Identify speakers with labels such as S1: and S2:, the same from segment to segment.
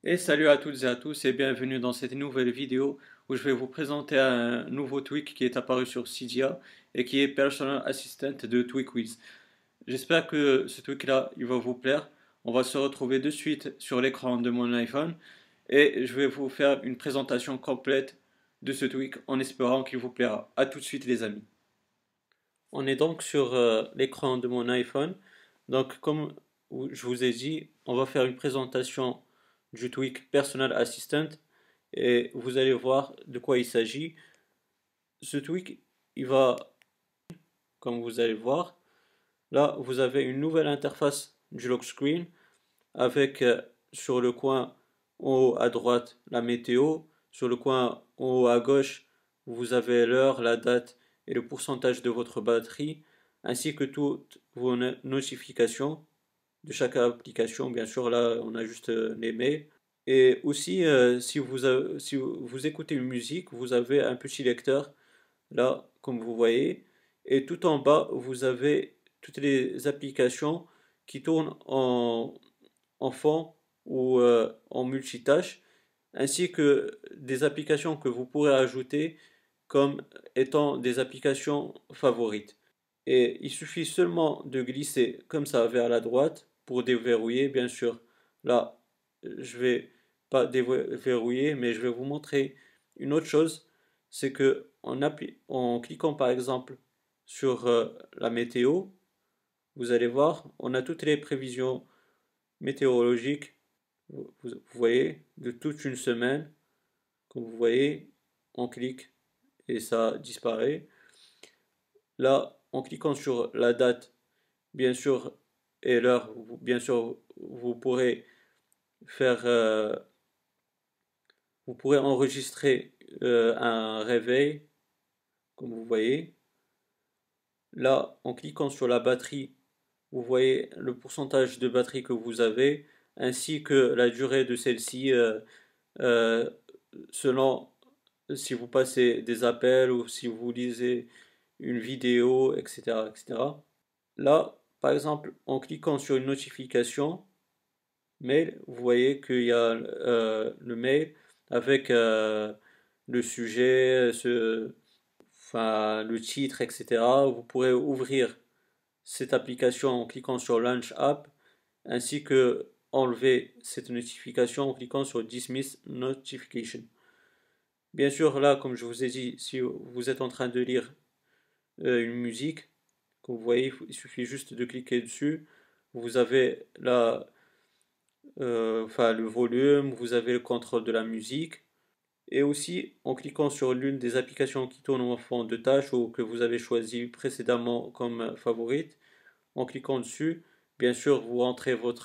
S1: Et salut à toutes et à tous et bienvenue dans cette nouvelle vidéo où je vais vous présenter un nouveau tweak qui est apparu sur Cydia et qui est Personal Assistant de TweakWiz. J'espère que ce tweak-là, il va vous plaire. On va se retrouver de suite sur l'écran de mon iPhone et je vais vous faire une présentation complète de ce tweak en espérant qu'il vous plaira. A tout de suite les amis. On est donc sur l'écran de mon iPhone. Donc comme je vous ai dit, on va faire une présentation du tweak Personal Assistant et vous allez voir de quoi il s'agit. Ce tweak, il va, comme vous allez voir, là vous avez une nouvelle interface du lock screen avec sur le coin en haut à droite la météo, sur le coin en haut à gauche vous avez l'heure, la date et le pourcentage de votre batterie, ainsi que toutes vos notifications de chaque application. Bien sûr, là on a juste les mails. Et aussi, si vous écoutez une musique, vous avez un petit lecteur, là, comme vous voyez, et tout en bas, vous avez toutes les applications qui tournent en fond ou en multitâche, ainsi que des applications que vous pourrez ajouter comme étant des applications favorites. Et il suffit seulement de glisser comme ça vers la droite pour déverrouiller, bien sûr. Là, je vais pas déverrouiller, mais je vais vous montrer une autre chose, c'est que en cliquant par exemple sur la météo, vous allez voir, on a toutes les prévisions météorologiques, vous voyez, de toute une semaine. Comme vous voyez, on clique et ça disparaît. Là, en cliquant sur la date, bien sûr, et l'heure, bien sûr, faire, euh, vous pourrez enregistrer un réveil, comme vous voyez. Là, en cliquant sur la batterie, vous voyez le pourcentage de batterie que vous avez, ainsi que la durée de celle-ci euh, selon si vous passez des appels ou si vous lisez une vidéo, etc., etc. Là, par exemple, en cliquant sur une notification mail, vous voyez qu'il y a le mail avec le sujet, enfin, le titre, etc. Vous pourrez ouvrir cette application en cliquant sur Launch App, ainsi que enlever cette notification en cliquant sur Dismiss Notification. Bien sûr, là, comme je vous ai dit, si vous êtes en train de lire une musique, comme vous voyez, il suffit juste de cliquer dessus. Vous avez là, enfin, le volume, vous avez le contrôle de la musique. Et aussi, en cliquant sur l'une des applications qui tournent en fond de tâche ou que vous avez choisi précédemment comme favorite, en cliquant dessus, bien sûr, vous rentrez votre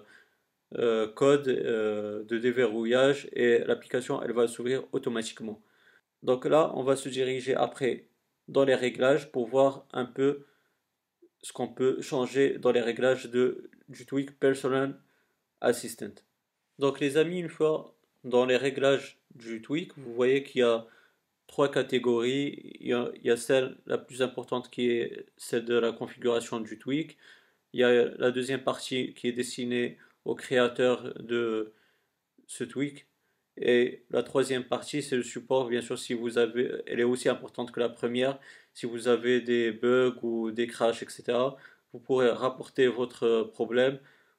S1: code de déverrouillage et l'application, elle va s'ouvrir automatiquement. Donc là, on va se diriger après dans les réglages pour voir un peu ce qu'on peut changer dans les réglages du tweak Personal Assistant. Donc les amis, une fois dans les réglages du tweak, vous voyez qu'il y a trois catégories. Il y a celle la plus importante qui est celle de la configuration du tweak. Il y a la deuxième partie qui est destinée aux créateurs de ce tweak. Et la troisième partie, c'est le support. Bien sûr, si vous avez, elle est aussi importante que la première. Si vous avez des bugs ou des crashs, etc., vous pourrez rapporter votre problème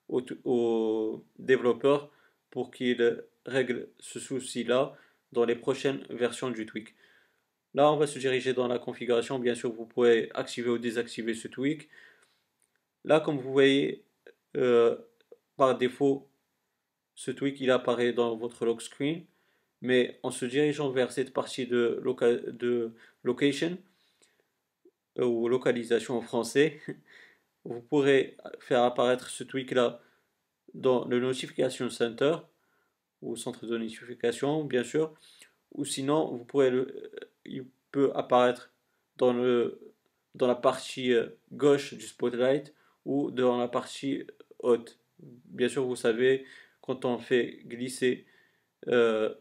S1: au développeur pour qu'il règle ce souci-là dans les prochaines versions du tweak. Là, on va se diriger dans la configuration. Bien sûr, vous pouvez activer ou désactiver ce tweak. Là, comme vous voyez, euh, par défaut, ce tweak il apparaît dans votre lock screen, mais en se dirigeant vers cette partie de location ou localisation en français, vous pourrez faire apparaître ce tweak là dans le Notification Center ou centre de notification, bien sûr, ou sinon il peut apparaître dans dans la partie gauche du spotlight ou dans la partie haute. Bien sûr, vous savez, quand on fait glisser euh,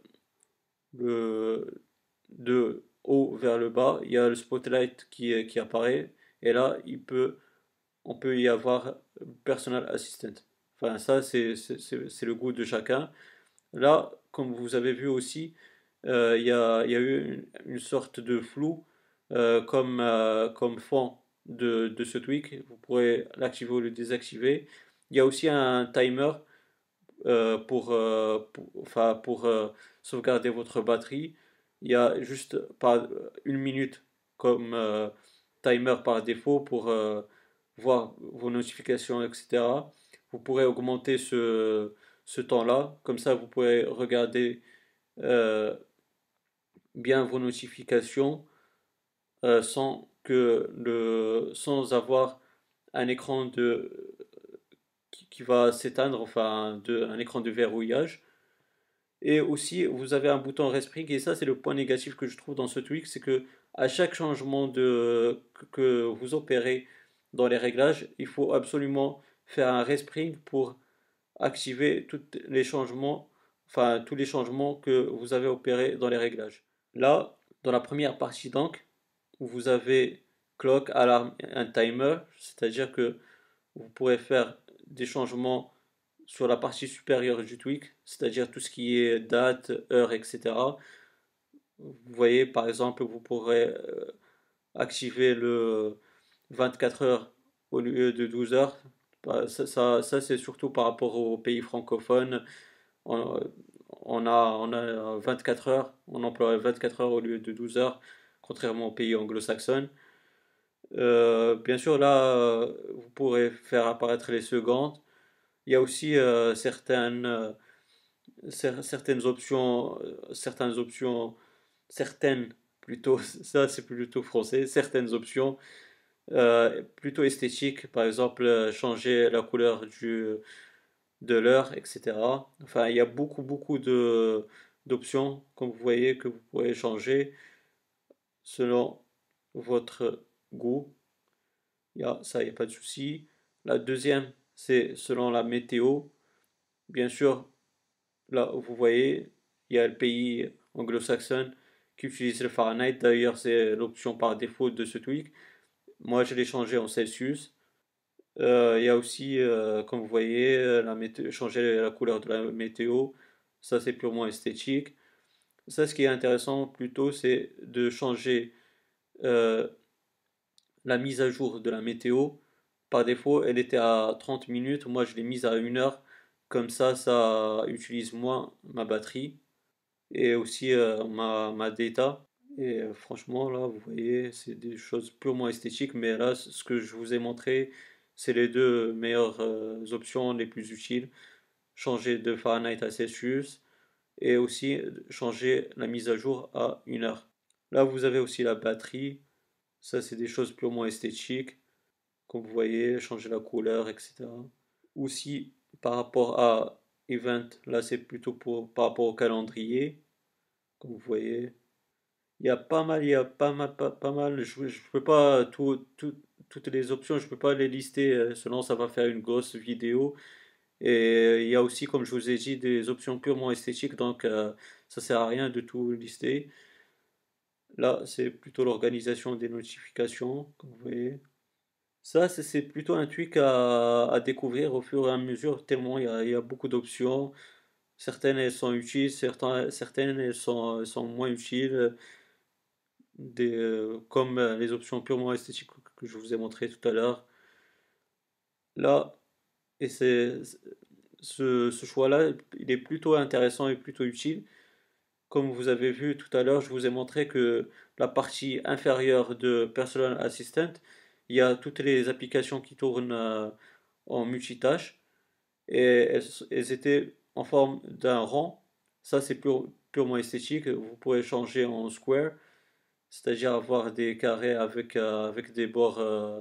S1: le, de haut vers le bas, il y a le spotlight qui apparaît et là, on peut y avoir personal assistant. Enfin, ça, c'est le goût de chacun. Là, comme vous avez vu aussi, il y a eu une sorte de flou comme fond de ce tweak. Vous pourrez l'activer ou le désactiver. Il y a aussi un timer pour sauvegarder votre batterie. Il y a juste pas une minute comme timer par défaut pour voir vos notifications, etc. Vous pourrez augmenter ce temps-là. Comme ça, vous pourrez regarder euh, bien vos notifications sans avoir un écran qui va s'éteindre, enfin un écran de verrouillage. Et aussi, vous avez un bouton respring, et ça, c'est le point négatif que je trouve dans ce tweak, c'est que à chaque changement que vous opérez dans les réglages, il faut absolument faire un respring pour activer tous les changements que vous avez opérés dans les réglages. Là, dans la première partie donc, vous avez clock, alarme, un timer, c'est-à-dire que vous pourrez faire des changements sur la partie supérieure du tweak, c'est-à-dire tout ce qui est date, heure, etc. Vous voyez, par exemple, vous pourrez activer le 24 heures au lieu de 12 heures. Bah, ça, c'est surtout par rapport aux pays francophones. On, on a 24 heures, on emploie 24 heures au lieu de 12 heures, contrairement aux pays anglo-saxons. Bien sûr, là, vous pourrez faire apparaître les secondes. Il y a aussi certaines options, certaines plutôt, ça c'est plutôt français, certaines options plutôt esthétiques, par exemple changer la couleur de l'heure, etc. Enfin, il y a beaucoup d'options, comme vous voyez, que vous pourrez changer selon votre goût. Ça, il n'y a pas de souci. La deuxième, c'est selon la météo. Bien sûr, là, vous voyez, il y a le pays anglo-saxon qui utilise le Fahrenheit. D'ailleurs, c'est l'option par défaut de ce tweak. Moi, je l'ai changé en Celsius. Il y a aussi, comme vous voyez, changer la couleur de la météo. Ça, c'est purement esthétique. Ça, ce qui est intéressant plutôt, c'est de changer euh, la mise à jour de la météo. Par défaut, elle était à 30 minutes. Moi, je l'ai mise à 1 heure. Comme ça utilise moins ma batterie et aussi ma data. Et franchement, là, vous voyez, c'est des choses purement esthétiques, mais là, ce que je vous ai montré, c'est les deux meilleures options les plus utiles. Changer de Fahrenheit à Celsius et aussi changer la mise à jour à 1 heure. Là, vous avez aussi la batterie. Ça, c'est des choses purement esthétiques. Comme vous voyez, changer la couleur, etc. Aussi, par rapport à Event, là, c'est plutôt par rapport au calendrier. Comme vous voyez, il y a pas mal. Je peux pas toutes les options, je peux pas les lister, sinon ça va faire une grosse vidéo. Et il y a aussi, comme je vous ai dit, des options purement esthétiques, donc ça sert à rien de tout lister. Là, c'est plutôt l'organisation des notifications, comme vous voyez. Ça, c'est plutôt un truc à découvrir au fur et à mesure, tellement il y a beaucoup d'options. Certaines, elles sont utiles, certaines, elles sont moins utiles. Comme les options purement esthétiques que je vous ai montré tout à l'heure. Là, et ce choix-là, il est plutôt intéressant et plutôt utile. Comme vous avez vu tout à l'heure, je vous ai montré que la partie inférieure de Personal Assistant, il y a toutes les applications qui tournent en multitâche et elles étaient en forme d'un rang. Ça, c'est purement esthétique. Vous pouvez changer en square, c'est-à-dire avoir des carrés avec des bords,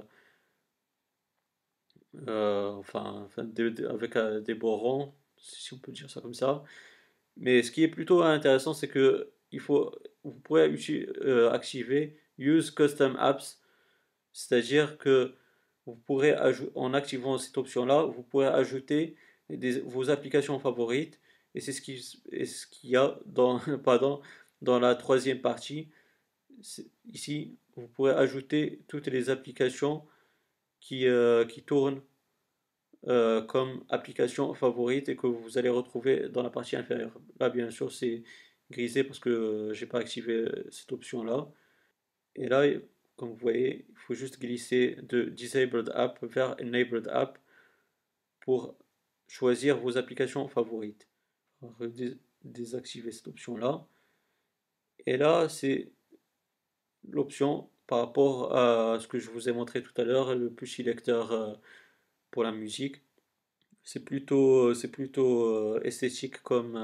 S1: avec des bords ronds, si on peut dire ça comme ça. Mais ce qui est plutôt intéressant, c'est que vous pourrez activer Use Custom Apps, c'est-à-dire que en activant cette option-là, vous pourrez ajouter vos applications favorites, et c'est ce qu'il y a pardon, dans la troisième partie. Ici, vous pourrez ajouter toutes les applications qui tournent comme application favorite et que vous allez retrouver dans la partie inférieure. Là, bien sûr, c'est grisé parce que j'ai pas activé cette option-là. Et là, comme vous voyez, il faut juste glisser de Disabled App vers Enabled App pour choisir vos applications favorites. Désactiver cette option-là. Et là, c'est l'option par rapport à ce que je vous ai montré tout à l'heure, le push selector pour la musique. C'est plutôt esthétique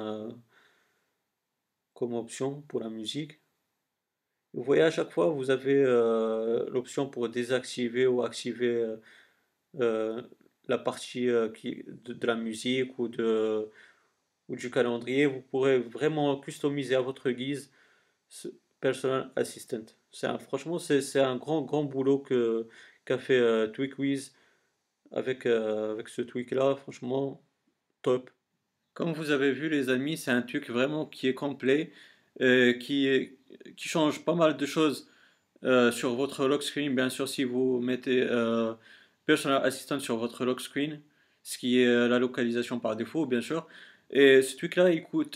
S1: comme option pour la musique. Vous voyez, à chaque fois, vous avez l'option pour désactiver ou activer euh, la partie de la musique ou du calendrier. Vous pourrez vraiment customiser à votre guise ce Personal Assistant. Franchement, c'est un grand, grand boulot qu'a fait TweakWiz avec ce tweak-là. Franchement, top. Comme vous avez vu, les amis, c'est un truc vraiment qui est complet, qui change pas mal de choses sur votre lock screen. Bien sûr, si vous mettez Personal Assistant sur votre lock screen, ce qui est la localisation par défaut, bien sûr. Et ce truc-là, il coûte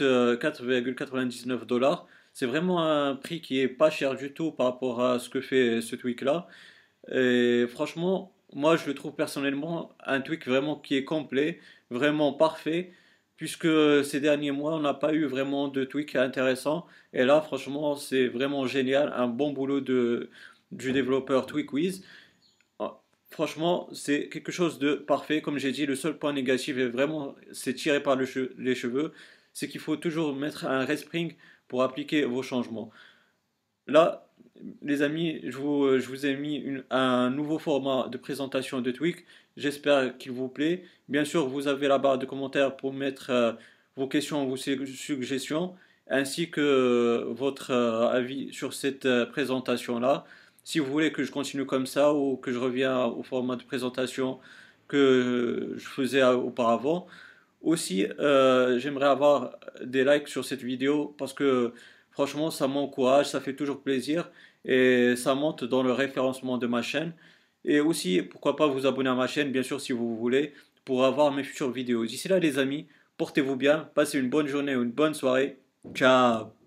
S1: 4,99 $. C'est vraiment un prix qui est pas cher du tout par rapport à ce que fait ce tweak-là. Et franchement, moi je le trouve personnellement un tweak vraiment qui est complet, vraiment parfait, puisque ces derniers mois on n'a pas eu vraiment de tweak intéressant. Et là, franchement, c'est vraiment génial, un bon boulot du développeur TweakWiz. Ah, franchement, c'est quelque chose de parfait. Comme j'ai dit, le seul point négatif est vraiment, c'est tiré par les cheveux, c'est qu'il faut toujours mettre un respring pour appliquer vos changements. Là, les amis, je vous ai mis un nouveau format de présentation de Tweak. J'espère qu'il vous plaît. Bien sûr, vous avez la barre de commentaires pour mettre vos questions, vos suggestions, ainsi que votre avis sur cette présentation-là. Si vous voulez que je continue comme ça ou que je revienne au format de présentation que je faisais auparavant. Aussi, j'aimerais avoir des likes sur cette vidéo parce que franchement, ça m'encourage, ça fait toujours plaisir et ça monte dans le référencement de ma chaîne. Et aussi, pourquoi pas vous abonner à ma chaîne, bien sûr, si vous voulez, pour avoir mes futures vidéos. D'ici là, les amis, portez-vous bien, passez une bonne journée ou une bonne soirée. Ciao!